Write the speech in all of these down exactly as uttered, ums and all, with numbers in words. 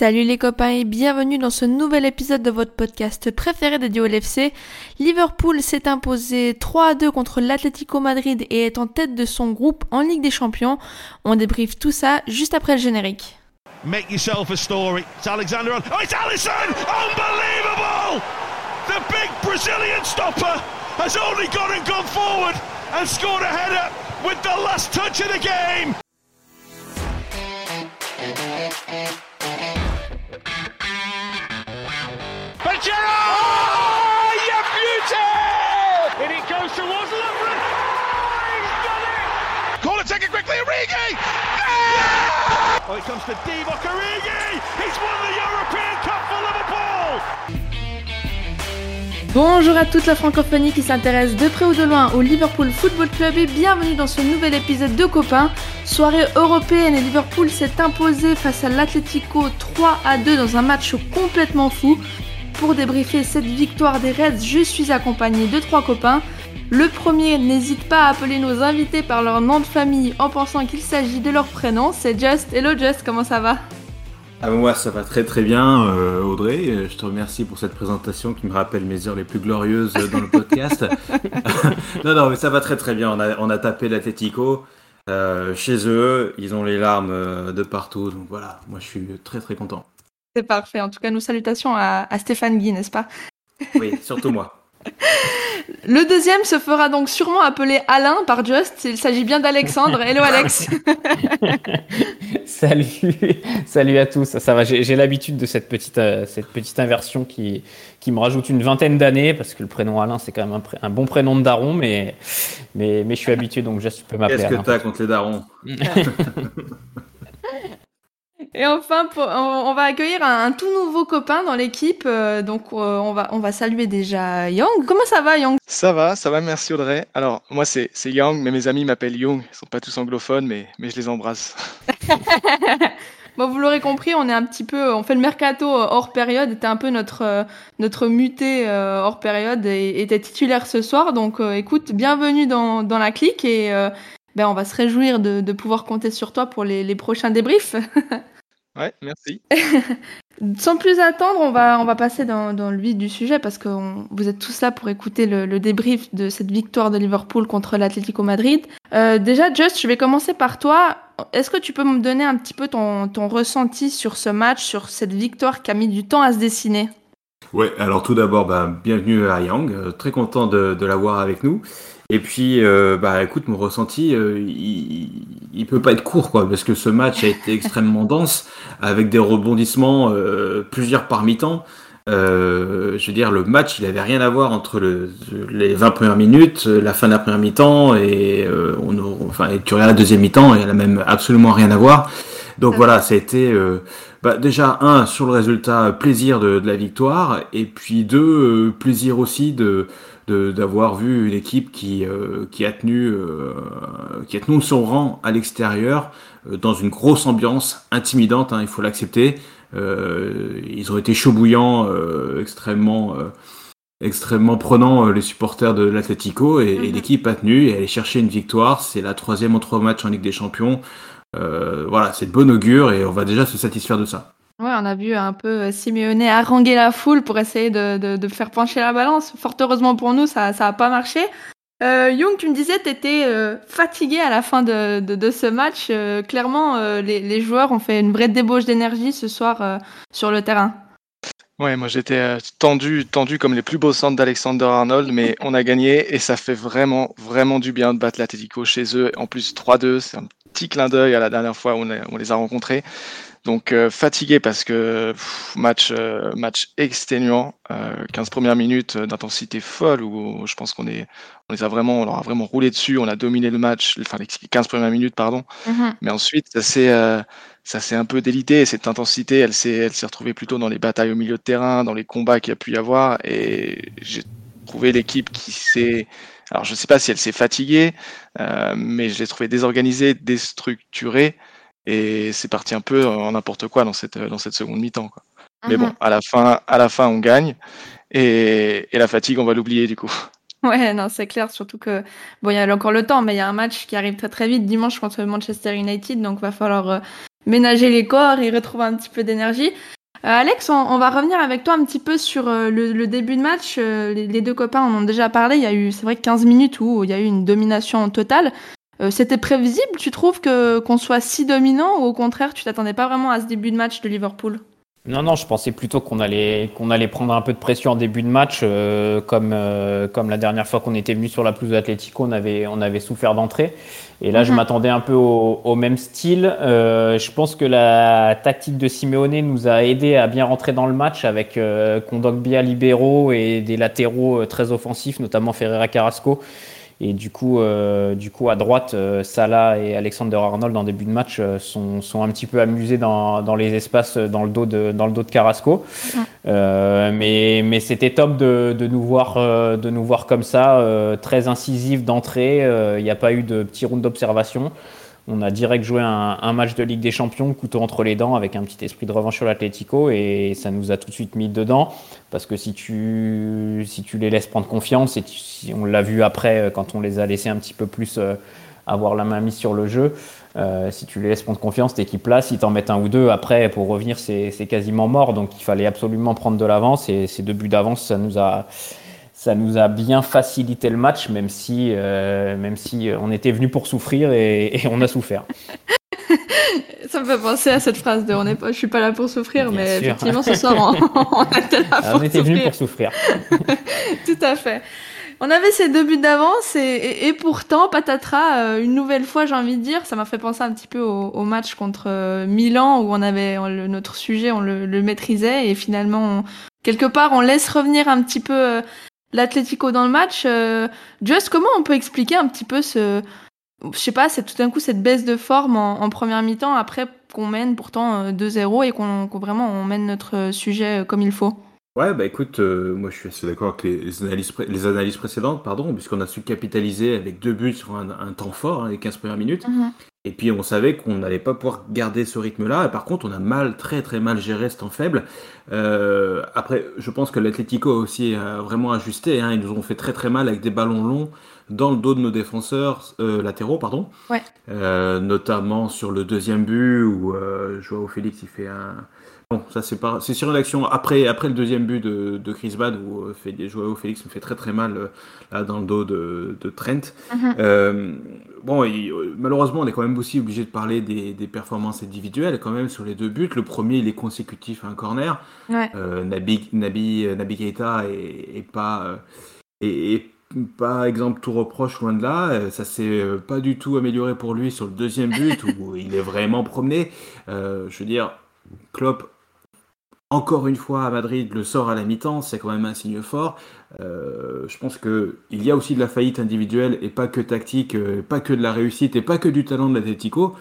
Salut les copains et bienvenue dans ce nouvel épisode de votre podcast préféré dédié au L F C. Liverpool s'est imposé trois à deux contre l'Atlético Madrid et est en tête de son groupe en Ligue des Champions. On débriefe tout ça juste après le générique. Make yourself a story. It's Alexander. Oh, it's Alisson! Unbelievable! The big Brazilian stopper has only gone and gone forward and scored a header with the last touch of the game. But Gerrard! Oh, you beauty! And it goes towards Lovren. Oh, he's done it! Corner taken quickly, Origi! Yeah! Oh, it comes to Divock Origi! He's won the European Cup for Liverpool! Bonjour à toute la francophonie qui s'intéresse de près ou de loin au Liverpool Football Club et bienvenue dans ce nouvel épisode de Copains. Soirée européenne et Liverpool s'est imposé face à l'Atlético trois à deux dans un match complètement fou. Pour débriefer cette victoire des Reds, je suis accompagné de trois copains. Le premier n'hésite pas à appeler nos invités par leur nom de famille en pensant qu'il s'agit de leur prénom, c'est Just. Hello Just, comment ça va ? Ah, moi ça va très très bien euh, Audrey, je te remercie pour cette présentation qui me rappelle mes heures les plus glorieuses dans le podcast. non non mais ça va très très bien, on a, on a tapé l'Atlético euh, chez eux, ils ont les larmes euh, de partout, donc voilà, moi je suis très très content. C'est parfait, en tout cas nos salutations à, à Stéphane Guy, n'est-ce pas ? Oui, surtout moi. Le deuxième se fera donc sûrement appeler Alain par Just, il s'agit bien d'Alexandre. Hello Alex. Salut, salut à tous. Ça va, j'ai, j'ai l'habitude de cette petite, euh, cette petite inversion qui, qui me rajoute une vingtaine d'années parce que le prénom Alain c'est quand même un, pré- un bon prénom de daron, mais, mais, mais je suis habitué donc Just tu peux m'appeler Qu'est-ce Alain. que t'as contre les darons? Et enfin, pour, on, on va accueillir un, un tout nouveau copain dans l'équipe. Euh, donc, euh, on va on va saluer déjà Young. Comment ça va, Young ? Ça va, ça va, merci Audrey. Alors, moi c'est, c'est Young, mais mes amis m'appellent Young. Ils sont pas tous anglophones, mais, mais je les embrasse. Bon, vous l'aurez compris, on est un petit peu, on fait le mercato hors période. T'es un peu notre euh, notre muté euh, hors période et, et t'es titulaire ce soir. Donc, euh, écoute, bienvenue dans dans la clique et euh, ben on va se réjouir de de pouvoir compter sur toi pour les les prochains débriefs. Ouais, merci. Sans plus attendre, on va, on va passer dans, dans le vif du sujet parce que on, vous êtes tous là pour écouter le, le débrief de cette victoire de Liverpool contre l'Atlético Madrid. Euh, déjà, Just, je vais commencer par toi. Est-ce que tu peux me donner un petit peu ton, ton ressenti sur ce match, sur cette victoire qui a mis du temps à se dessiner ? Ouais, alors tout d'abord, bah, bienvenue à Young, euh, très content de, de l'avoir avec nous. Et puis, euh, bah, écoute, mon ressenti, euh, il, il peut pas être court, quoi, parce que ce match a été extrêmement dense, avec des rebondissements, euh, plusieurs par mi-temps. Euh, je veux dire, le match, il avait rien à voir entre le, les vingt premières minutes, la fin de la première mi-temps, et euh, on, enfin, et tu regardes la deuxième mi-temps, et elle a même absolument rien à voir. Donc voilà, ça a été euh, bah, déjà un sur le résultat, plaisir de, de la victoire, et puis deux, euh, plaisir aussi de De, d'avoir vu une équipe qui euh, qui a tenu euh, qui a tenu son rang à l'extérieur euh, dans une grosse ambiance intimidante, hein, il faut l'accepter. Euh, ils ont été chauds bouillants, euh, extrêmement euh, extrêmement prenants, euh, les supporters de l'Atlético, et, mm-hmm. et l'équipe a tenu et allait chercher une victoire. C'est la troisième en trois matchs en Ligue des Champions. Euh, voilà, c'est de bon augure et on va déjà se satisfaire de ça. Ouais, on a vu un peu Simeone haranguer la foule pour essayer de, de, de faire pencher la balance. Fort heureusement pour nous, ça ça a pas marché. Euh, Young, tu me disais que tu étais euh, fatigué à la fin de, de, de ce match. Euh, clairement, euh, les, les joueurs ont fait une vraie débauche d'énergie ce soir euh, sur le terrain. Ouais, moi j'étais euh, tendu, tendu comme les plus beaux centres d'Alexander Arnold, mais on a gagné et ça fait vraiment, vraiment du bien de battre l'Atlético chez eux. En plus, trois deux, c'est un petit clin d'œil à la dernière fois où on, a, on les a rencontrés. Donc euh, fatigué parce que pff, match euh, match exténuant, euh, quinze premières minutes d'intensité folle où je pense qu'on est on les a vraiment on leur a vraiment roulé dessus, on a dominé le match, enfin les quinze premières minutes pardon. Mm-hmm. Mais ensuite ça s'est euh, ça s'est un peu délité et cette intensité elle s'est elle s'est retrouvée plutôt dans les batailles au milieu de terrain, dans les combats qu'il y a pu y avoir et j'ai trouvé l'équipe qui s'est alors je sais pas si elle s'est fatiguée, euh, mais je l'ai trouvée désorganisée, déstructurée. Et c'est parti un peu en n'importe quoi dans cette dans cette seconde mi-temps, quoi. Mm-hmm. Mais bon, à la fin à la fin on gagne et, et la fatigue on va l'oublier du coup. Ouais, non, c'est clair, surtout que bon, il y a encore le temps, mais il y a un match qui arrive très très vite dimanche contre Manchester United, donc va falloir euh, ménager les corps et retrouver un petit peu d'énergie. Euh, Alex, on, on va revenir avec toi un petit peu sur euh, le, le début de match. Euh, les, les deux copains en ont déjà parlé. Il y a eu, c'est vrai, quinze minutes où il y a eu une domination totale. Euh, c'était prévisible, tu trouves, que, qu'on soit si dominant ou au contraire, tu t'attendais pas vraiment à ce début de match de Liverpool ? Non, non, je pensais plutôt qu'on allait, qu'on allait prendre un peu de pression en début de match, euh, comme, euh, comme la dernière fois qu'on était venu sur la pelouse d'Atlético, on avait, on avait souffert d'entrée. Et là, mm-hmm. je m'attendais un peu au, au même style. Euh, je pense que la tactique de Simeone nous a aidé à bien rentrer dans le match avec euh, Kondogbia libéraux et des latéraux très offensifs, notamment Ferreira Carrasco. Et du coup, euh, du coup, à droite, euh, Salah et Alexander-Arnold en début de match euh, sont, sont un petit peu amusés dans, dans les espaces dans le dos de, dans le dos de Carrasco. Mmh. Euh, mais, mais c'était top de, de, nous voir, euh, de nous voir comme ça, euh, très incisif d'entrée. Il euh, n'y a pas eu de petit round d'observation. On a direct joué un, un match de Ligue des Champions, couteau entre les dents, avec un petit esprit de revanche sur l'Atlético, et ça nous a tout de suite mis dedans. Parce que si tu, si tu les laisses prendre confiance, et tu, si on l'a vu après quand on les a laissés un petit peu plus euh, avoir la main mise sur le jeu, euh, si tu les laisses prendre confiance, t'équipe là, si t'en mets un ou deux, après pour revenir c'est, c'est quasiment mort. Donc il fallait absolument prendre de l'avance, et ces deux buts d'avance, ça nous a... Ça nous a bien facilité le match, même si, euh, même si on était venu pour souffrir et, et on a souffert. Ça me fait penser à cette phrase de on est pas, je suis pas là pour souffrir, bien mais sûr. Effectivement ce soir on, on était là Alors, pour on était souffrir. venu pour souffrir. Tout à fait. On avait ces deux buts d'avance et, et, et pourtant patatras, euh, une nouvelle fois j'ai envie de dire, ça m'a fait penser un petit peu au, au match contre euh, Milan où on avait on, le, notre sujet, on le, le maîtrisait et finalement on, quelque part on laisse revenir un petit peu euh, l'Atlético dans le match. Euh, Just, comment on peut expliquer un petit peu ce, je sais pas, c'est tout d'un coup cette baisse de forme en, en première mi-temps après qu'on mène pourtant euh, deux zéro et qu'on, qu'on vraiment on mène notre sujet comme il faut. Ouais, bah écoute, euh, moi je suis assez d'accord avec les, les, analyses, pré- les analyses précédentes, pardon, puisqu'on a su capitaliser avec deux buts sur un, un temps fort, hein, les quinze premières minutes. Mm-hmm. Et puis on savait qu'on n'allait pas pouvoir garder ce rythme-là. Et par contre, on a mal, très très mal géré ce temps faible. Euh, après, je pense que l'Atlético aussi a vraiment ajusté. Hein. Ils nous ont fait très très mal avec des ballons longs dans le dos de nos défenseurs euh, latéraux, pardon. Ouais. Euh, notamment sur le deuxième but où euh, Joao Félix il fait un. Bon, ça c'est pas, c'est sur une action après après le deuxième but de de Griezmann où euh, fait, Joao Félix me fait très très mal euh, là dans le dos de de Trent. Mm-hmm. Euh, bon, il, malheureusement, on est quand même aussi obligé de parler des des performances individuelles quand même sur les deux buts. Le premier, il est consécutif à un corner. Ouais. Euh, Naby Naby Naby Keita est, est pas euh, est, est pas exemple tout reproche loin de là. Ça s'est pas du tout amélioré pour lui sur le deuxième but où il est vraiment promené. Euh, je veux dire, Klopp encore une fois à Madrid le sort à la mi-temps, c'est quand même un signe fort. Euh, je pense que il y a aussi de la faillite individuelle et pas que tactique, euh, pas que de la réussite et pas que du talent de l'Atlético.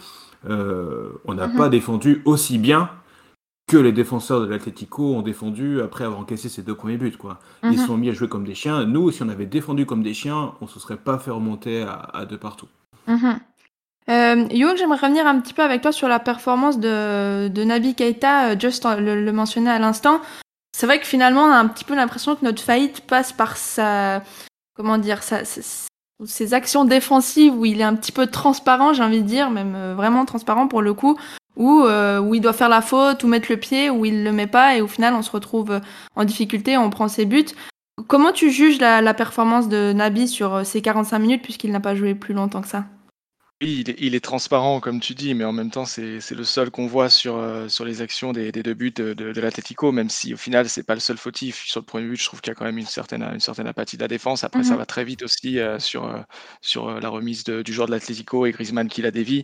Euh, on n'a mm-hmm. pas défendu aussi bien que les défenseurs de l'Atlético ont défendu après avoir encaissé ces deux premiers buts, quoi. Mm-hmm. Ils se sont mis à jouer comme des chiens. Nous, si on avait défendu comme des chiens, on se serait pas fait remonter à, à deux partout. Mm-hmm. Euh, Young, j'aimerais revenir un petit peu avec toi sur la performance de, de Naby Keita, Just le, le mentionnait à l'instant. C'est vrai que finalement, on a un petit peu l'impression que notre faillite passe par sa, comment dire, sa, sa, ses actions défensives où il est un petit peu transparent, j'ai envie de dire, même euh, vraiment transparent pour le coup, où, euh, où il doit faire la faute ou mettre le pied, où il le met pas et au final, on se retrouve en difficulté, on prend ses buts. Comment tu juges la, la performance de Naby sur ces quarante-cinq minutes puisqu'il n'a pas joué plus longtemps que ça? Oui, il est, il est transparent, comme tu dis, mais en même temps, c'est, c'est le seul qu'on voit sur, euh, sur les actions des, des deux buts de, de, de l'Atlético, même si au final, c'est pas le seul fautif. Sur le premier but, je trouve qu'il y a quand même une certaine, une certaine apathie de la défense. Après, mm-hmm. ça va très vite aussi euh, sur, euh, sur la remise de, du joueur de l'Atlético et Griezmann qui la dévie.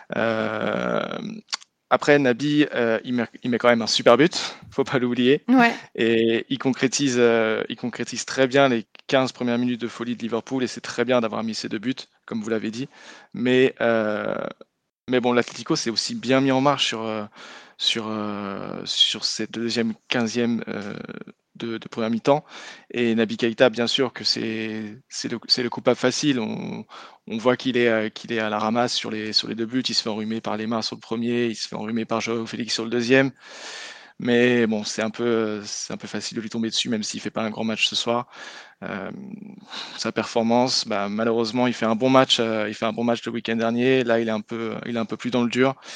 Euh, Après, Naby, euh, il, met, il met quand même un super but, faut pas l'oublier. Ouais. Et il concrétise, euh, il concrétise très bien les quinze premières minutes de folie de Liverpool, et c'est très bien d'avoir mis ces deux buts, comme vous l'avez dit. Mais, euh, mais bon, l'Atlético s'est aussi bien mis en marche sur, euh, sur, euh, sur cette deuxième, quinzième euh, de, de première mi-temps. Et Naby Keita, bien sûr que c'est, c'est, le, c'est le coupable facile. On, on voit qu'il est, euh, qu'il est à la ramasse sur les, sur les deux buts. Il se fait enrhumer par les mains sur le premier, il se fait enrhumer par Joao Félix sur le deuxième. Mais bon, c'est un peu, c'est un peu facile de lui tomber dessus, même s'il fait pas un grand match ce soir. Euh, sa performance, bah, malheureusement, il fait un bon match. Euh, il fait un bon match le week-end dernier. Là, il est un peu, il est un peu plus dans le dur.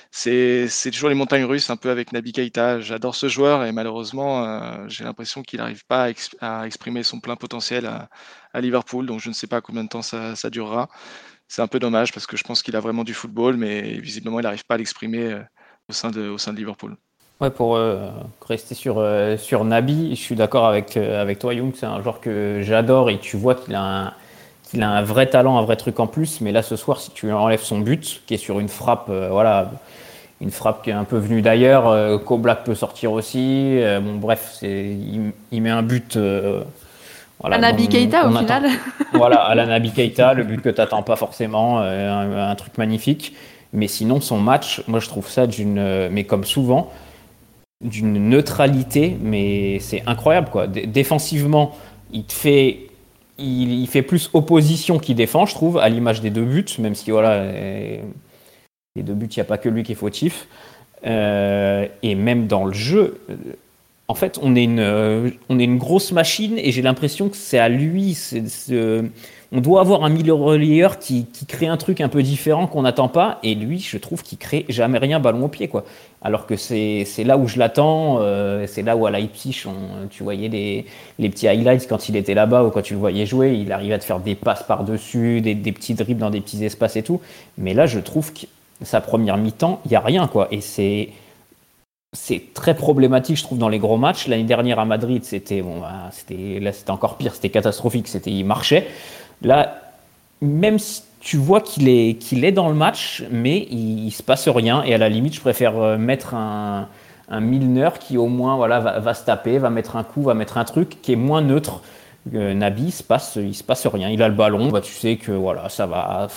c'est, c'est toujours les montagnes russes un peu avec Naby Keita. J'adore ce joueur et malheureusement, euh, j'ai l'impression qu'il n'arrive pas à, ex- à exprimer son plein potentiel à, à Liverpool. Donc je ne sais pas combien de temps ça, ça durera. C'est un peu dommage parce que je pense qu'il a vraiment du football, mais visiblement, il n'arrive pas à l'exprimer euh, au sein de, au sein de Liverpool. Ouais, pour euh, rester sur, euh, sur Naby, je suis d'accord avec, euh, avec toi, Young. C'est un joueur que j'adore et tu vois qu'il a, un, qu'il a un vrai talent, un vrai truc en plus. Mais là, ce soir, si tu enlèves son but, qui est sur une frappe, euh, voilà, une frappe qui est un peu venue d'ailleurs, euh, Koblak peut sortir aussi. Euh, bon, bref, c'est, il, il met un but. Euh, voilà, Naby dont Keita on au attend. final. Voilà, à la Naby Keita, le but que tu n'attends pas forcément, euh, un, un truc magnifique. Mais sinon, son match, moi, je trouve ça d'une. euh, Mais comme souvent, d'une neutralité, mais c'est incroyable quoi. D- défensivement, il te fait, il, il fait plus opposition qu'il défend, je trouve, à l'image des deux buts, même si voilà, euh, les deux buts, il n'y a pas que lui qui est fautif. Euh, et même dans le jeu, euh, en fait, on est une, euh, on est une grosse machine et j'ai l'impression que c'est à lui. C'est, c'est, euh, on doit avoir un milieu relayeur qui, qui crée un truc un peu différent qu'on n'attend pas. Et lui, je trouve qu'il crée jamais rien ballon au pied, quoi. Alors que c'est, c'est là où je l'attends. Euh, c'est là où à Leipzig, on, tu voyais les, les petits highlights quand il était là-bas ou quand tu le voyais jouer. Il arrivait à te faire des passes par-dessus, des, des petits dribbles dans des petits espaces et tout. Mais là, je trouve que sa première mi-temps, il n'y a rien, quoi. Et c'est c'est très problématique, je trouve, dans les gros matchs. L'année dernière à Madrid, c'était bon, bah, c'était là, c'était encore pire, c'était catastrophique. C'était, il marchait. Là, même si tu vois qu'il est qu'il est dans le match, mais il, il se passe rien. Et à la limite, je préfère mettre un un Milner qui au moins voilà va, va se taper, va mettre un coup, va mettre un truc qui est moins neutre. Euh, Naby, il se passe il se passe rien. Il a le ballon, bah tu sais que voilà, ça va.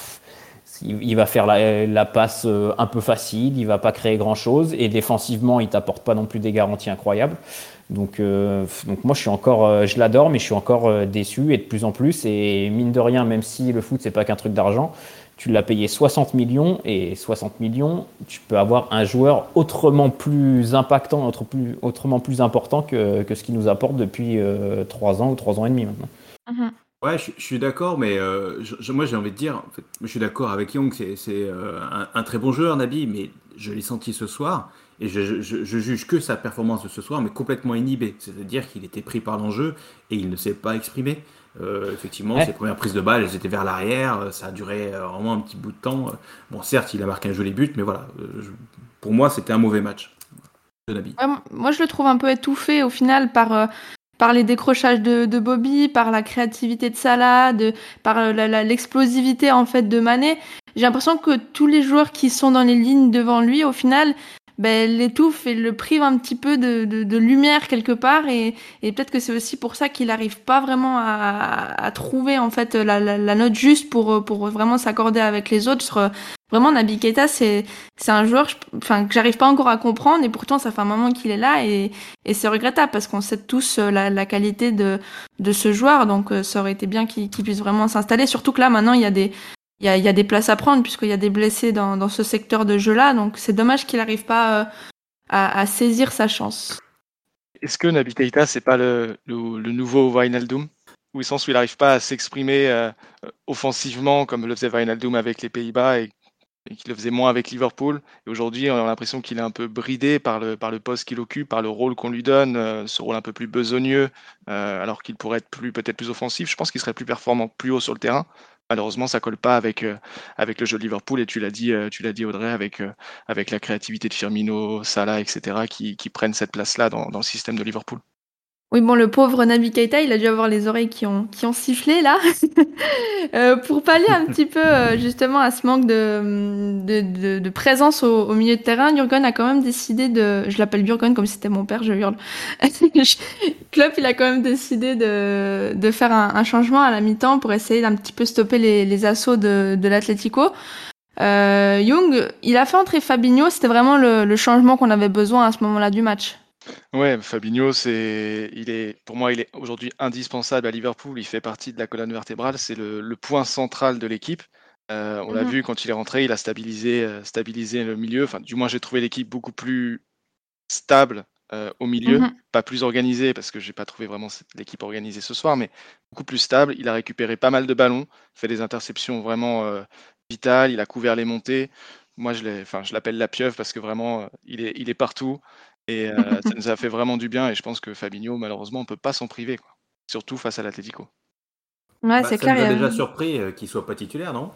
Il va faire la, la passe un peu facile, il va pas créer grand chose et défensivement il t'apporte pas non plus des garanties incroyables. Donc, euh, donc moi je suis encore, je l'adore mais je suis encore déçu et de plus en plus et mine de rien même si le foot c'est pas qu'un truc d'argent, tu l'as payé soixante millions et soixante millions tu peux avoir un joueur autrement plus impactant, autre plus, autrement plus important que, que ce qu'il nous apporte depuis euh, trois ans ou trois ans et demi maintenant. Mhm. Ouais, je, je suis d'accord, mais euh, je- je- moi j'ai envie de dire, en fait, je suis d'accord avec Young, c'est c'est, euh, un, un très bon joueur, Naby, mais je l'ai senti ce soir, et je, je, je juge que sa performance de ce soir, mais complètement inhibée. C'est-à-dire qu'il était pris par l'enjeu et il ne s'est pas exprimé. Euh, effectivement, Ouais. ses premières prises de balles, elles étaient vers l'arrière, euh, ça a duré euh, vraiment un petit bout de temps. Euh, Bon, certes, il a marqué un joli but, mais voilà, euh, je- pour moi, c'était un mauvais match de Naby. Ouais, moi, je le trouve un peu étouffé au final par, euh, par les décrochages de, de Bobby, par la créativité de Salah, de, par euh, la- la- l'explosivité en fait de Mané. J'ai l'impression que tous les joueurs qui sont dans les lignes devant lui, au final, ben, l'étouffent et le privent un petit peu de, de, de lumière quelque part. Et, et peut-être que c'est aussi pour ça qu'il n'arrive pas vraiment à, à trouver en fait la, la, la note juste pour, pour vraiment s'accorder avec les autres. Sur, vraiment, Naby Keita, c'est c'est un joueur, je- enfin, que j'arrive pas encore à comprendre et pourtant ça fait un moment qu'il est là et, et c'est regrettable parce qu'on sait tous euh, la, la qualité de, de ce joueur, donc euh, ça aurait été bien qu'il qu'il puisse vraiment s'installer. Surtout que là maintenant il y a des il y a, il y a des places à prendre puisqu'il y a des blessés dans, dans ce secteur de jeu-là, donc c'est dommage qu'il n'arrive pas euh, à, à saisir sa chance. Est-ce que Naby Keita, c'est pas le, le, le nouveau Wijnaldum? Ou au sens où il n'arrive pas à s'exprimer euh, offensivement comme le faisait Wijnaldum avec les Pays-Bas et, et qu'il le faisait moins avec Liverpool. Et aujourd'hui, on a l'impression qu'il est un peu bridé par le, par le poste qu'il occupe, par le rôle qu'on lui donne, euh, ce rôle un peu plus besogneux, euh, alors qu'il pourrait être plus, peut-être plus offensif. Je pense qu'il serait plus performant plus haut sur le terrain. Malheureusement, ça colle pas avec, euh, avec le jeu de Liverpool. Et tu l'as dit, euh, tu l'as dit Audrey, avec, euh, avec la créativité de Firmino, Salah, et cetera, qui, qui prennent cette place-là dans, dans le système de Liverpool. Oui, bon, le pauvre Naby Keita, il a dû avoir les oreilles qui ont, qui ont sifflé là. Euh, pour pallier un petit peu euh, justement à ce manque de, de, de, de présence au, au milieu de terrain, Jurgen a quand même décidé de... Je l'appelle Jurgen comme si c'était mon père, je hurle. Klopp, il a quand même décidé de, de faire un, un changement à la mi-temps pour essayer d'un petit peu stopper les, les assauts de, de l'Atlético. Euh, Young, il a fait entrer Fabinho, c'était vraiment le, le changement qu'on avait besoin à ce moment-là du match. Ouais, Fabinho, c'est, il est, pour moi, il est aujourd'hui indispensable à Liverpool. Il fait partie de la colonne vertébrale. C'est le, le point central de l'équipe. Euh, on l'a Mhm. vu quand il est rentré, il a stabilisé, euh, stabilisé le milieu. Enfin, du moins, j'ai trouvé l'équipe beaucoup plus stable euh, au milieu, Mhm. pas plus organisée parce que j'ai pas trouvé vraiment cette- l'équipe organisée ce soir, mais beaucoup plus stable. Il a récupéré pas mal de ballons, fait des interceptions vraiment euh, vitales. Il a couvert les montées. moi je, l'ai, enfin, je l'appelle la pieuvre parce que vraiment, euh, il est, il est partout. Et euh, ça nous a fait vraiment du bien. Et je pense que Fabinho, malheureusement, on ne peut pas s'en priver, quoi. Surtout face à l'Atlético. Ouais, Bah, c'est ça clair. nous il y a a- déjà surpris euh, qu'il soit pas titulaire, non?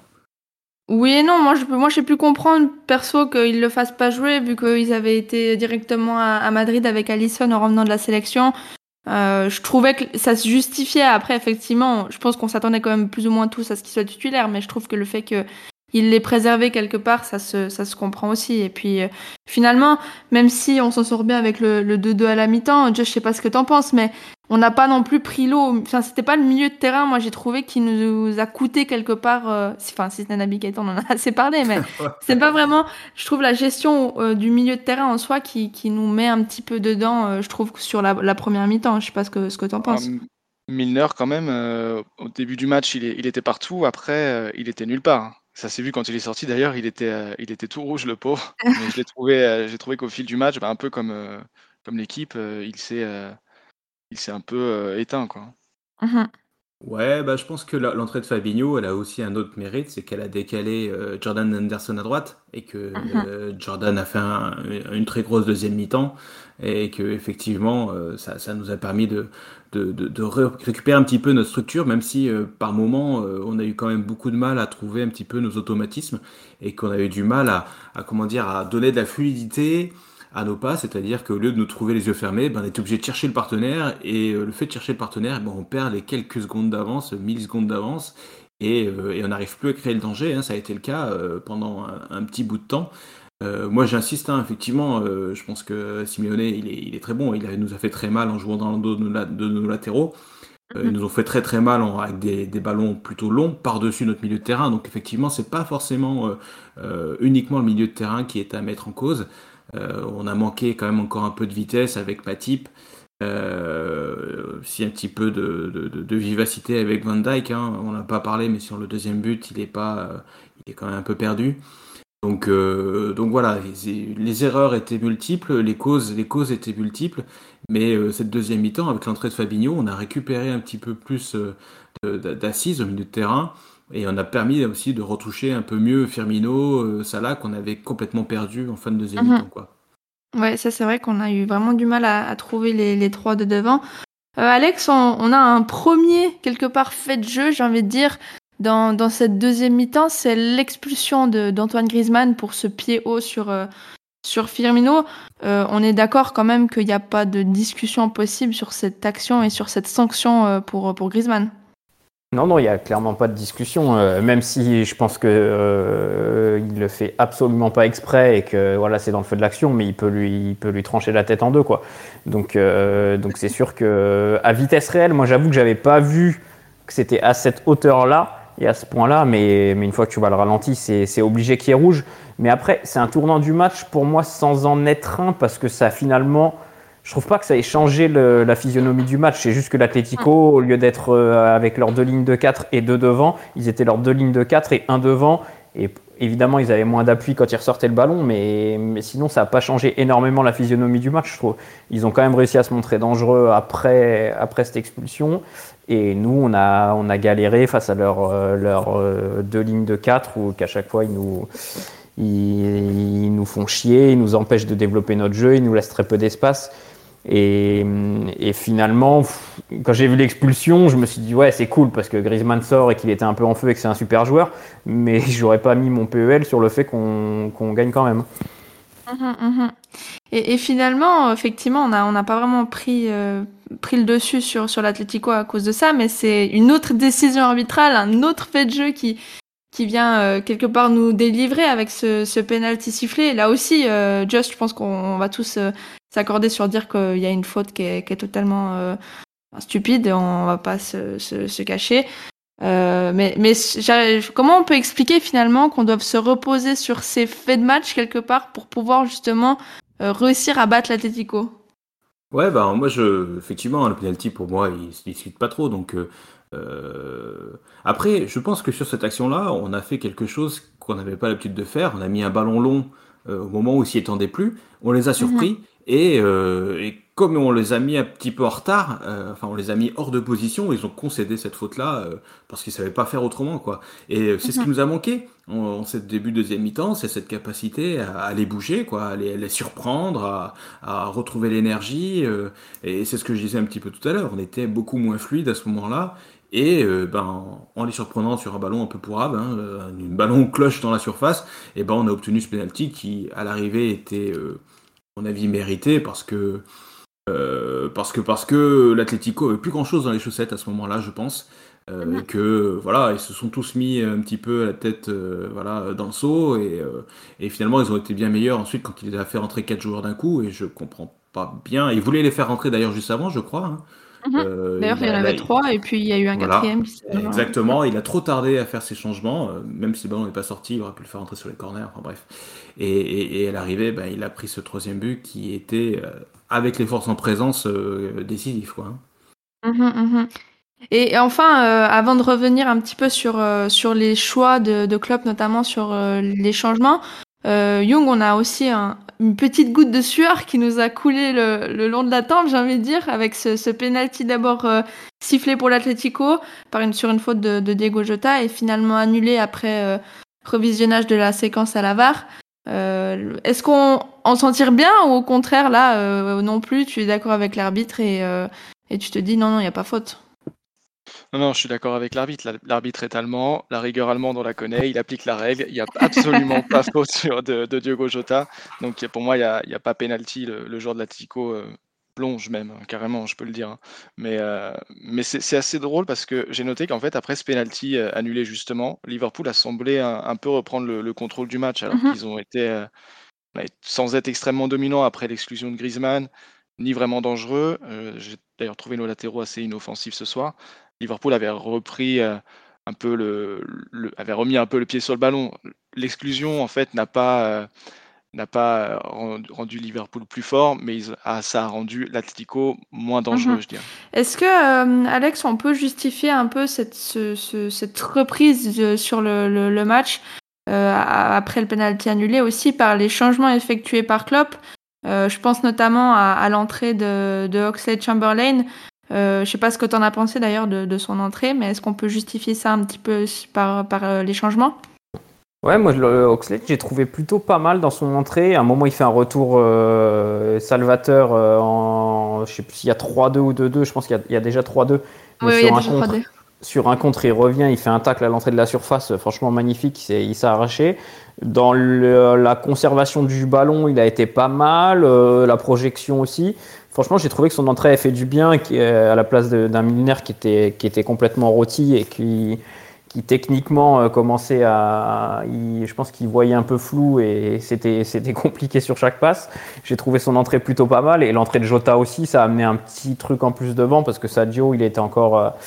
Oui et non, moi je peux, moi j'ai pu comprendre perso qu'ils le fassent pas jouer vu qu'ils avaient été directement à, à Madrid avec Alisson en revenant de la sélection. Euh, je trouvais que ça se justifiait. Après, effectivement, je pense qu'on s'attendait quand même plus ou moins tous à ce qu'il soit titulaire, mais je trouve que le fait que il l'ait préservé quelque part, ça se, ça se comprend aussi. Et puis, euh, finalement, même si on s'en sort bien avec le, le deux deux à la mi-temps, Josh, je sais pas ce que t'en penses, mais on n'a pas non plus pris l'eau. Enfin, c'était pas le milieu de terrain. Moi, j'ai trouvé qu'il nous a coûté quelque part. euh, si- Enfin, si c'était Naby Keita, on en a assez parlé, mais c'est pas vraiment. Je trouve la gestion euh, du milieu de terrain en soi qui, qui nous met un petit peu dedans. euh, je trouve que sur la, la première mi-temps, je sais pas ce que ce que t'en Ah, penses. M- Milner, quand même, euh, au début du match, il, est- il était partout. Après, euh, il était nulle part, hein. Ça s'est vu quand il est sorti. D'ailleurs, il était, euh, il était tout rouge, le pauvre. Mais je l'ai trouvé, euh, j'ai trouvé qu'au fil du match, bah, un peu comme, euh, comme l'équipe, euh, il s'est, euh, il s'est un peu euh, éteint, quoi. Mhm, Ouais, bah, je pense que la- l'entrée de Fabinho, elle a aussi un autre mérite, c'est qu'elle a décalé euh, Jordan Henderson à droite et que mhm, euh, Jordan a fait un- une très grosse deuxième mi-temps et que effectivement euh, ça, ça nous a permis de, de, de, de ré- récupérer un petit peu notre structure, même si euh, par moment euh, on a eu quand même beaucoup de mal à trouver un petit peu nos automatismes et qu'on avait du mal à, à comment dire à donner de la fluidité à nos pas, c'est-à-dire qu'au lieu de nous trouver les yeux fermés, ben, on est obligé de chercher le partenaire, et euh, le fait de chercher le partenaire, ben, on perd les quelques secondes d'avance, millisecondes d'avance, et, euh, et on n'arrive plus à créer le danger, hein. Ça a été le cas euh, pendant un, un petit bout de temps. Euh, moi j'insiste, hein, effectivement, euh, je pense que Simeone il est, il est très bon, il a- nous a fait très mal en jouant dans le dos de nos, la- de nos latéraux. Euh, ils mhm, nous ont fait très très mal en- avec des, des ballons plutôt longs par-dessus notre milieu de terrain. Donc effectivement, c'est pas forcément euh, euh, uniquement le milieu de terrain qui est à mettre en cause. Euh, on a manqué quand même encore un peu de vitesse avec Matip, euh, aussi un petit peu de, de- de- de vivacité avec Van Dijk, hein. On n'a pas parlé, mais sur le deuxième but, il est pas, euh, il est quand même un peu perdu. Donc, euh, donc voilà, les, les erreurs étaient multiples, les causes, les causes étaient multiples, mais euh, cette deuxième mi-temps, avec l'entrée de Fabinho, on a récupéré un petit peu plus euh, de- d'assises au milieu de terrain, et on a permis aussi de retoucher un peu mieux Firmino, euh, Salah, qu'on avait complètement perdu en fin de deuxième mhm. mi-temps, quoi. Ouais, ça c'est vrai qu'on a eu vraiment du mal à, à trouver les, les trois de devant. Euh, Alex, on, on a un premier quelque part fait de jeu, j'ai envie de dire, dans, dans cette deuxième mi-temps, c'est l'expulsion de d'Antoine Griezmann pour ce pied haut sur euh, sur Firmino. Euh, on est d'accord quand même qu'il n'y a pas de discussion possible sur cette action et sur cette sanction euh, pour pour Griezmann. Non, non, il n'y a clairement pas de discussion, euh, même si je pense que euh, il le fait absolument pas exprès et que voilà, c'est dans le feu de l'action, mais il peut lui, il peut lui trancher la tête en deux, quoi. Donc, euh, donc c'est sûr que à vitesse réelle, moi j'avoue que j'avais pas vu que c'était à cette hauteur-là et à ce point-là, mais, mais une fois que tu vois le ralenti, c'est, c'est obligé qu'il y ait rouge. Mais après, c'est un tournant du match pour moi sans en être un, parce que ça finalement. Je trouve pas que ça ait changé le, la physionomie du match. C'est juste que l'Atlético, au lieu d'être euh, avec leurs deux lignes de quatre et deux devant, ils étaient leurs deux lignes de quatre et un devant. Et évidemment, ils avaient moins d'appui quand ils ressortaient le ballon, mais, mais sinon, ça n'a pas changé énormément la physionomie du match, je trouve. Ils ont quand même réussi à se montrer dangereux après, après cette expulsion. Et nous, on a, on a galéré face à leurs euh, leur, euh, deux lignes de quatre, où qu'à chaque fois, ils nous, ils, ils nous font chier, ils nous empêchent de développer notre jeu, ils nous laissent très peu d'espace. Et, et finalement, pff, quand j'ai vu l'expulsion, je me suis dit ouais, c'est cool parce que Griezmann sort et qu'il était un peu en feu et que c'est un super joueur, mais j'aurais pas mis mon P E L sur le fait qu'on, qu'on gagne quand même. Mhm, mhm. Et, et finalement, effectivement, on n'a on n'a pas vraiment pris, euh, pris le dessus sur, sur l'Atlético à cause de ça, mais c'est une autre décision arbitrale, un autre fait de jeu qui, qui vient euh, quelque part nous délivrer avec ce, ce penalty sifflé. Là aussi, euh, Just, je pense qu'on va tous euh, s'accorder sur dire qu'il y a une faute qui est, qui est totalement euh, stupide, on va pas se, se, se cacher. Euh, mais mais j'arrive- comment on peut expliquer finalement qu'on doive se reposer sur ces faits de match quelque part pour pouvoir justement euh, réussir à battre l'Atlético? Ouais, bah moi je effectivement le penalty pour moi il se discute pas trop donc euh, euh, après je pense que sur cette action-là on a fait quelque chose qu'on n'avait pas l'habitude de faire. On a mis un ballon long euh, au moment où il s'y attendait plus, on les a Mhm. surpris Et, euh, et comme on les a mis un petit peu en retard, euh, enfin on les a mis hors de position, ils ont concédé cette faute-là euh, parce qu'ils savaient pas faire autrement, quoi. Et euh, c'est ce qui nous a manqué en, en cette début de deuxième mi-temps, c'est cette capacité à, à les bouger, quoi, à les, à les surprendre, à, à retrouver l'énergie. Euh, et c'est ce que je disais un petit peu tout à l'heure. On était beaucoup moins fluide à ce moment-là. Et euh, ben, en les surprenant sur un ballon un peu pourrave, hein, un ballon cloche dans la surface, et ben on a obtenu ce penalty qui, à l'arrivée, était, euh, à mon avis, mérité parce que Euh, parce que parce que l'Atlético avait plus grand chose dans les chaussettes à ce moment-là, je pense, euh, Mhm. et que voilà, ils se sont tous mis un petit peu la tête euh, voilà dans le seau et euh, et finalement ils ont été bien meilleurs ensuite quand il les a fait rentrer quatre joueurs d'un coup et je comprends pas bien. Il voulait les faire rentrer d'ailleurs juste avant, je crois. Hein. Mhm. Euh, D'ailleurs, il il y en a, là, avait il- trois, et puis il y a eu un voilà, quatrième qui s'est rejoint. exactement. Il a trop tardé à faire ses changements, euh, même si le ballon n'est pas sorti, il aurait pu le faire rentrer sur les corners. Enfin bref. Et, et, et à l'arrivée, ben, il a pris ce troisième but qui était, euh, avec les forces en présence, euh, décisif, quoi. Hein. Mhm, mhm. Et enfin, euh, avant de revenir un petit peu sur, euh, sur les choix de, de Klopp, notamment sur euh, les changements, euh, Young, on a aussi un- une petite goutte de sueur qui nous a coulé le, le long de la tempe, j'ai envie de dire, avec ce, ce penalty d'abord euh, sifflé pour l'Atlético par une, sur une faute de, de Diego Jota et finalement annulé après euh, revisionnage de la séquence à la V A R. Euh, est-ce qu'on en s'en tire bien ou au contraire, là, euh, non plus, tu es d'accord avec l'arbitre et, euh, et tu te dis non, non, il n'y a pas faute? Non, non, je suis d'accord avec l'arbitre. La- L'arbitre est allemand, la rigueur allemande, on la connaît, il applique la règle. Il n'y a absolument pas faute sur de, de Diogo Jota. Donc pour moi, il n'y a, il y a pas pénalty. Le, le joueur de l'Atlético euh, plonge même, hein, carrément, je peux le dire. Hein. Mais, euh, mais c'est c'est assez drôle parce que j'ai noté qu'en fait, après ce pénalty euh, annulé justement, Liverpool a semblé un, un peu reprendre le, le contrôle du match alors Mhm. qu'ils ont été, euh, ouais, sans être extrêmement dominants après l'exclusion de Griezmann, ni vraiment dangereux. Euh, j'ai d'ailleurs trouvé nos latéraux assez inoffensifs ce soir. Liverpool avait repris euh, un peu le, le- avait remis un peu le pied sur le ballon. L'exclusion en fait n'a pas euh, n'a pas euh, rendu rendu Liverpool plus fort, mais ils- ah, ça a rendu l'Atlético moins dangereux, Mhm. je dirais. Est-ce que, euh, Alex, on peut justifier un peu cette, ce- ce- cette reprise de- sur le, le- le match euh, a- après le penalty annulé aussi par les changements effectués par Klopp? Euh, je pense notamment à, à l'entrée de, de Oxlade-Chamberlain. Euh, je sais pas ce que tu en as pensé d'ailleurs de, de son entrée, mais est-ce qu'on peut justifier ça un petit peu par, par euh, les changements? Ouais, moi, le Oxlade, j'ai trouvé plutôt pas mal dans son entrée. À un moment, il fait un retour euh, salvateur euh, en. Je sais plus s'il y a trois deux ou deux deux. Je pense qu'il y a, il y a déjà trois deux. Mais Oui, oui, il y a sur un déjà contre, trois deux. sur un contre, il revient, il fait un tacle à l'entrée de la surface. Franchement, magnifique. Il s'est, il s'est arraché. Dans le- la conservation du ballon, il a été pas mal. Euh, la projection aussi. Franchement, j'ai trouvé que son entrée a fait du bien qui, euh, à la place de- d'un Milner qui était, qui était complètement rôti et qui qui techniquement euh, commençait à, il, je pense qu'il voyait un peu flou et c'était c'était compliqué sur chaque passe. J'ai trouvé son entrée plutôt pas mal et l'entrée de Jota aussi, ça a amené un petit truc en plus devant parce que Sadio, il était encore euh,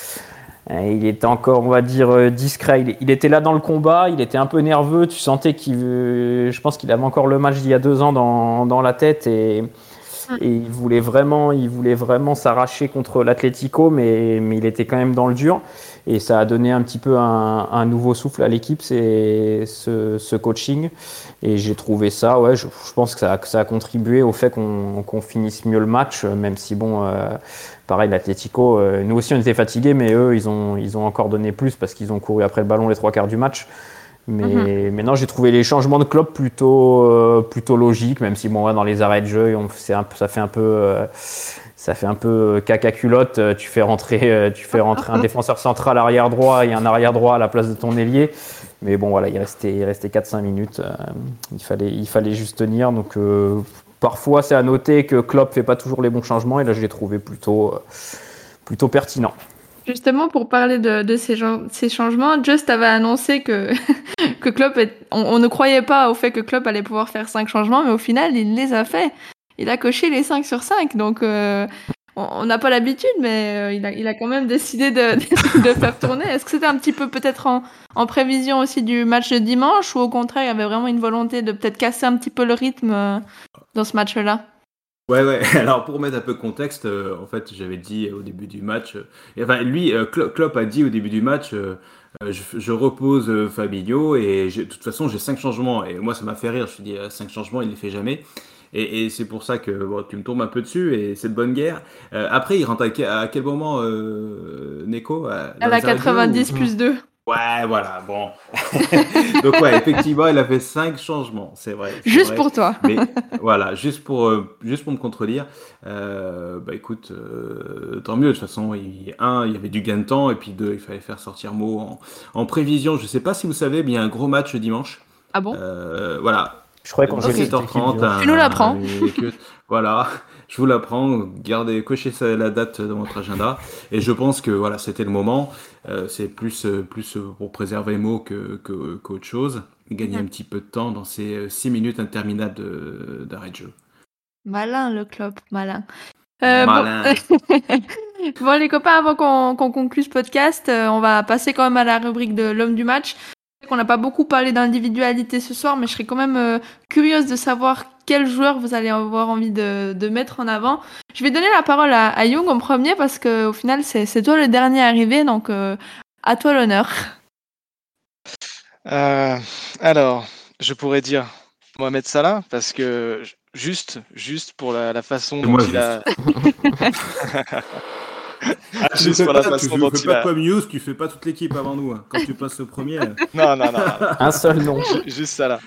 il était encore, on va dire, euh, discret. Il, il était là dans le combat, il était un peu nerveux. Tu sentais qu'il, euh, je pense qu'il avait encore le match d'il y a deux ans dans, dans la tête et, et il voulait vraiment, il voulait vraiment s'arracher contre l'Atlético, mais, mais il était quand même dans le dur. Et ça a donné un petit peu un, un nouveau souffle à l'équipe, c'est ce, ce coaching. Et j'ai trouvé ça, ouais, je, je pense que ça, a, que ça a contribué au fait qu'on, qu'on finisse mieux le match, même si bon, euh, pareil, l'Atlético, euh, nous aussi on était fatigués, mais eux, ils ont, ils ont encore donné plus parce qu'ils ont couru après le ballon les trois quarts du match. Mais, Mhm. mais non, j'ai trouvé les changements de Klopp plutôt, euh, plutôt logiques, même si bon, ouais, dans les arrêts de jeu, on, c'est un, ça fait un peu, euh, ça fait un peu caca culotte. Tu fais rentrer, euh, tu fais rentrer un défenseur central arrière droit et un arrière droit à la place de ton ailier. Mais bon, voilà, il restait, il restait quatre cinq minutes. Euh, il fallait, il fallait juste tenir. Donc euh, parfois, c'est à noter que Klopp fait pas toujours les bons changements. Et là, je l'ai trouvé plutôt, euh, plutôt pertinent. Justement, pour parler de, de ces, gen- ces changements, Just avait annoncé que, que Klopp, est- on, on ne croyait pas au fait que Klopp allait pouvoir faire cinq changements, mais au final, il les a fait. Il a coché les cinq sur cinq, donc euh, on on n'a pas l'habitude, mais euh, il, a, il a quand même décidé de, de faire tourner. Est-ce que c'était un petit peu peut-être en, en prévision aussi du match de dimanche, ou au contraire, il y avait vraiment une volonté de peut-être casser un petit peu le rythme euh, dans ce match-là? Ouais, ouais. Alors pour mettre un peu de contexte, euh, en fait, j'avais dit au début du match, euh, et enfin lui, euh, Klo- Klopp a dit au début du match, euh, euh, je, je repose euh, Fabinho et j'ai- de toute façon j'ai cinq changements. Et moi ça m'a fait rire. Je me suis dit euh, cinq changements, il les fait jamais. Et, et c'est pour ça que bon, tu me tombes un peu dessus et c'est de bonne guerre. Euh, après, il rentre à, que- à quel moment, euh, Neko à, À la quatre-vingt-dix ou... plus deux. Ouais, voilà, bon. Donc ouais, effectivement, il a fait cinq changements, c'est vrai. C'est Juste vrai. pour toi. Mais voilà, juste pour, euh, juste pour me contredire, euh, bah écoute, euh, tant mieux, de toute façon, il, un, il y avait du gain de temps, et puis deux, il fallait faire sortir Mo en, en prévision. Je sais pas si vous savez, mais il y a un gros match dimanche. Ah bon? Euh, voilà. Je croyais qu'on jouait dix-sept heures cette équipe trente, dimanche. un- Tu nous l'apprends. une équipe- Voilà, je vous l'apprends, gardez, cochez ça- la date dans votre agenda. Et je pense que voilà, c'était le moment. Euh, c'est plus, euh, plus euh, pour préserver Mo que, que, qu'autre chose. Gagner un petit peu de temps dans ces euh, six minutes interminables de- d'arrêt de jeu. Malin le Klopp, malin. Euh, Malin. Bon... bon les copains, avant qu'on qu'on conclue ce podcast, euh, on va passer quand même à la rubrique de l'homme du match. On n'a pas beaucoup parlé d'individualité ce soir, mais je serais quand même euh, curieuse de savoir quel joueur vous allez avoir envie de, de mettre en avant. Je vais donner la parole à, à Young en premier parce que au final c'est c'est toi le dernier arrivé, donc euh, à toi l'honneur. Euh, alors, je pourrais dire Mohamed Salah parce que juste, juste pour la, la façon Et dont moi, il juste. a. Ah, tu Juste fais pour la pas, tu façon fais, dont fais il pas a. comme News, tu fais pas toute l'équipe avant nous. Hein. Quand tu passes le premier. euh. Non, non, non, non. Un seul nom. Ju- Juste Salah.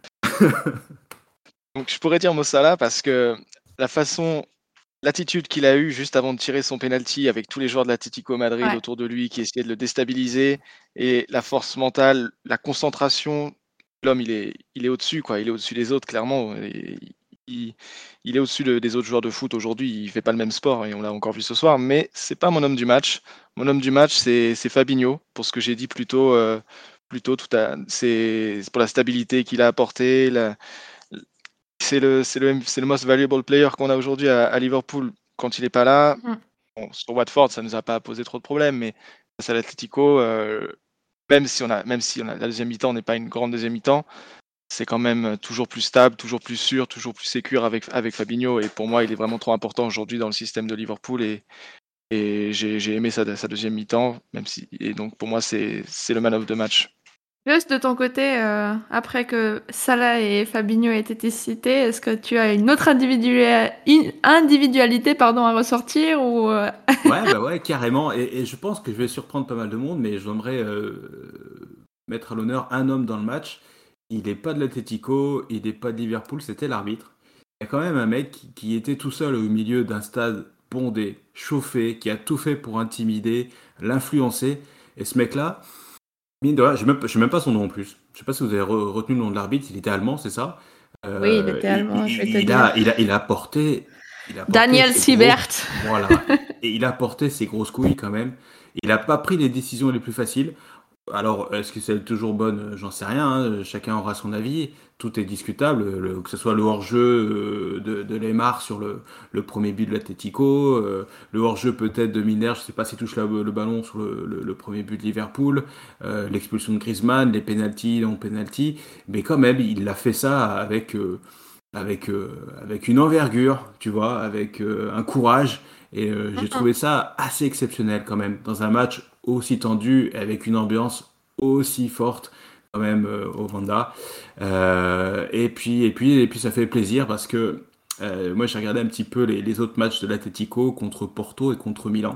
Donc, je pourrais dire Mo Salah parce que la façon, l'attitude qu'il a eue juste avant de tirer son penalty avec tous les joueurs de l'Atlético Madrid Ouais. autour de lui qui essayaient de le déstabiliser et la force mentale, la concentration, l'homme il est, il est au-dessus quoi, il est au-dessus des autres clairement. Et il, il est au-dessus de- des autres joueurs de foot aujourd'hui. Il fait pas le même sport et on l'a encore vu ce soir, mais c'est pas mon homme du match. Mon homme du match c'est c'est Fabinho pour ce que j'ai dit plus tôt. euh, plus tôt, tout à, c'est c'est pour la stabilité qu'il a apporté, la, c'est le, c'est le, c'est le most valuable player qu'on a aujourd'hui à, à Liverpool quand il n'est pas là. Mhm. Bon, sur Watford, ça ne nous a pas posé trop de problèmes, mais face à l'Atlético, euh, même si on a, même si on a la deuxième mi-temps n'est pas une grande deuxième mi-temps, c'est quand même toujours plus stable, toujours plus sûr, toujours plus sécure avec, avec Fabinho. Et pour moi, il est vraiment trop important aujourd'hui dans le système de Liverpool. Et, et j'ai, j'ai aimé sa, sa deuxième mi-temps, même si, et donc pour moi, c'est, c'est le man of the match. Juste de ton côté, euh, après que Salah et Fabinho aient été cités, est-ce que tu as une autre individua- in- individualité pardon, à ressortir ou euh, Ouais, bah ouais, carrément. Et, et je pense que je vais surprendre pas mal de monde, mais j'aimerais euh, mettre à l'honneur un homme dans le match. Il n'est pas de l'Atlético, il n'est pas de Liverpool, c'était l'arbitre. Il y a quand même un mec qui, qui était tout seul au milieu d'un stade bondé, chauffé, qui a tout fait pour intimider, l'influencer. Et ce mec-là, mine de rien, je ne sais même pas son nom en plus. Je sais pas si vous avez re- retenu le nom de l'arbitre, il était allemand, c'est ça? Euh, Oui, il était allemand, il, je vais te il dire. a, il, a, il a porté... il a porté Daniel ses Siebert. gros- Voilà. Et il a porté ses grosses couilles quand même. Il n'a pas pris les décisions les plus faciles. Alors, est-ce que c'est toujours bonne? J'en sais rien. Hein. Chacun aura son avis. Tout est discutable. Le- que ce soit le hors-jeu euh, de, de Lemar sur le, le premier but de l'Atlético, euh, le hors-jeu peut-être de Milner, je ne sais pas s'il touche la- le ballon sur le, le- le premier but de Liverpool, euh, l'expulsion de Griezmann, les pénaltys, non pénalty. Mais quand même, il a fait ça avec, euh, avec, euh, avec une envergure, tu vois, avec euh, un courage. Et euh, j'ai trouvé ça assez exceptionnel quand même, dans un match aussi tendu, avec une ambiance aussi forte quand même euh, au Wanda. Euh, et, puis, et, puis, et puis ça fait plaisir parce que euh, moi j'ai regardé un petit peu les, les autres matchs de l'Atlético contre Porto et contre Milan.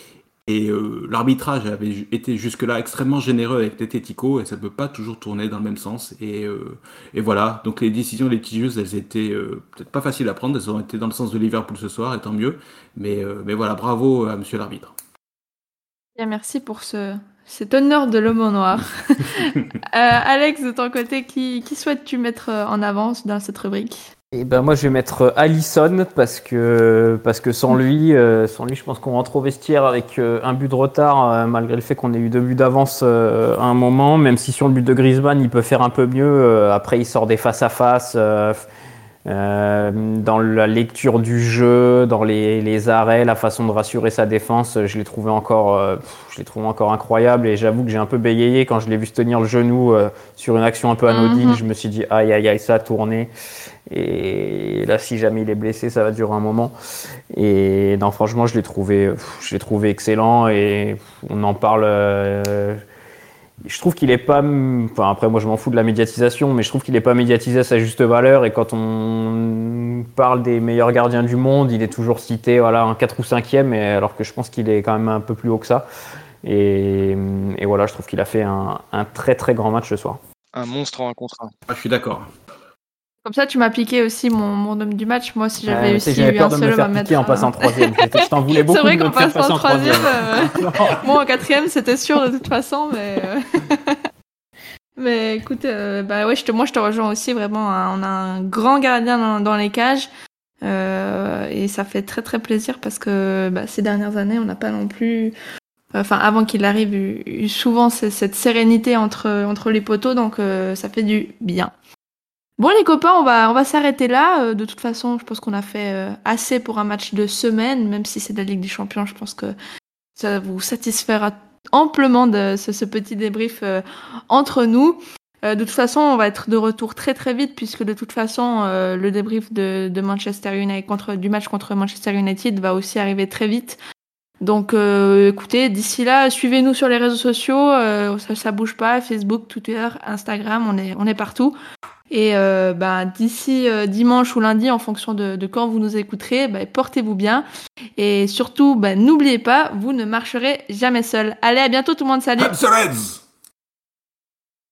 Et euh, l'arbitrage avait été jusque-là extrêmement généreux avec l'Atlético et ça ne peut pas toujours tourner dans le même sens. Et, euh, et voilà, donc les décisions litigieuses, elles étaient euh, peut-être pas faciles à prendre, elles ont été dans le sens de Liverpool ce soir, et tant mieux. Mais, euh, mais voilà, bravo à monsieur l'arbitre. Bien, merci pour ce, cet honneur de l'homme en noir. euh, Alex, de ton côté, qui, qui souhaites-tu mettre en avant dans cette rubrique? Et ben moi je vais mettre Alisson parce que parce que sans lui euh, sans lui je pense qu'on rentre au vestiaire avec euh, un but de retard euh, malgré le fait qu'on ait eu deux buts d'avance euh, à un moment, même si sur le but de Griezmann il peut faire un peu mieux, euh, après il sort des face à face dans la lecture du jeu, dans les, les arrêts, la façon de rassurer sa défense, je l'ai trouvé encore euh, je l'ai trouvé encore incroyable et j'avoue que j'ai un peu bégayé quand je l'ai vu se tenir le genou euh, sur une action un peu anodine. Mm-hmm. Je me suis dit aïe aïe aïe, ça a tourné. Et là, si jamais il est blessé, ça va durer un moment. Et non, franchement, je l'ai trouvé, je l'ai trouvé excellent. Et on en parle. Euh, je trouve qu'il est pas, enfin après moi je m'en fous de la médiatisation, mais je trouve qu'il est pas médiatisé à sa juste valeur. Et quand on parle des meilleurs gardiens du monde, il est toujours cité, voilà, en quatre ou cinquième, et alors que je pense qu'il est quand même un peu plus haut que ça. Et, et voilà, je trouve qu'il a fait un, un très très grand match ce soir. Un monstre en un contre un. Ah, je suis d'accord. Comme ça, tu m'as piqué aussi mon, mon homme du match. Moi, si j'avais Euh, aussi j'avais eu peur un de me seul homme faire à mettre. piquer en passant en troisième. Je t'en voulais beaucoup C'est vrai de me qu'en faire passant passer en en troisième. troisième, euh, moi en quatrième, c'était sûr de toute façon, mais. euh, Mais écoute, euh, bah ouais, je te, moi je te rejoins aussi vraiment. Hein, on a un grand gardien dans, dans les cages euh, et ça fait très très plaisir parce que bah, ces dernières années, on n'a pas non plus. Enfin, avant qu'il arrive, eu, eu souvent c- cette sérénité entre entre les poteaux, donc euh, ça fait du bien. Bon les copains, on va on va s'arrêter là. Euh, de toute façon, je pense qu'on a fait euh, assez pour un match de semaine, même si c'est de la Ligue des Champions. Je pense que ça vous satisfera amplement de ce, ce petit débrief euh, entre nous. Euh, de toute façon, on va être de retour très très vite puisque de toute façon, euh, le débrief de, de Manchester United contre du match contre Manchester United va aussi arriver très vite. Donc, euh, écoutez, d'ici là, suivez-nous sur les réseaux sociaux. Euh, ça, ça bouge pas. Facebook, Twitter, Instagram, on est on est partout. Et euh, bah, d'ici euh, dimanche ou lundi, en fonction de, de quand vous nous écouterez, bah, portez-vous bien. Et surtout, bah, n'oubliez pas, vous ne marcherez jamais seul. Allez, à bientôt tout le monde, salut. Reds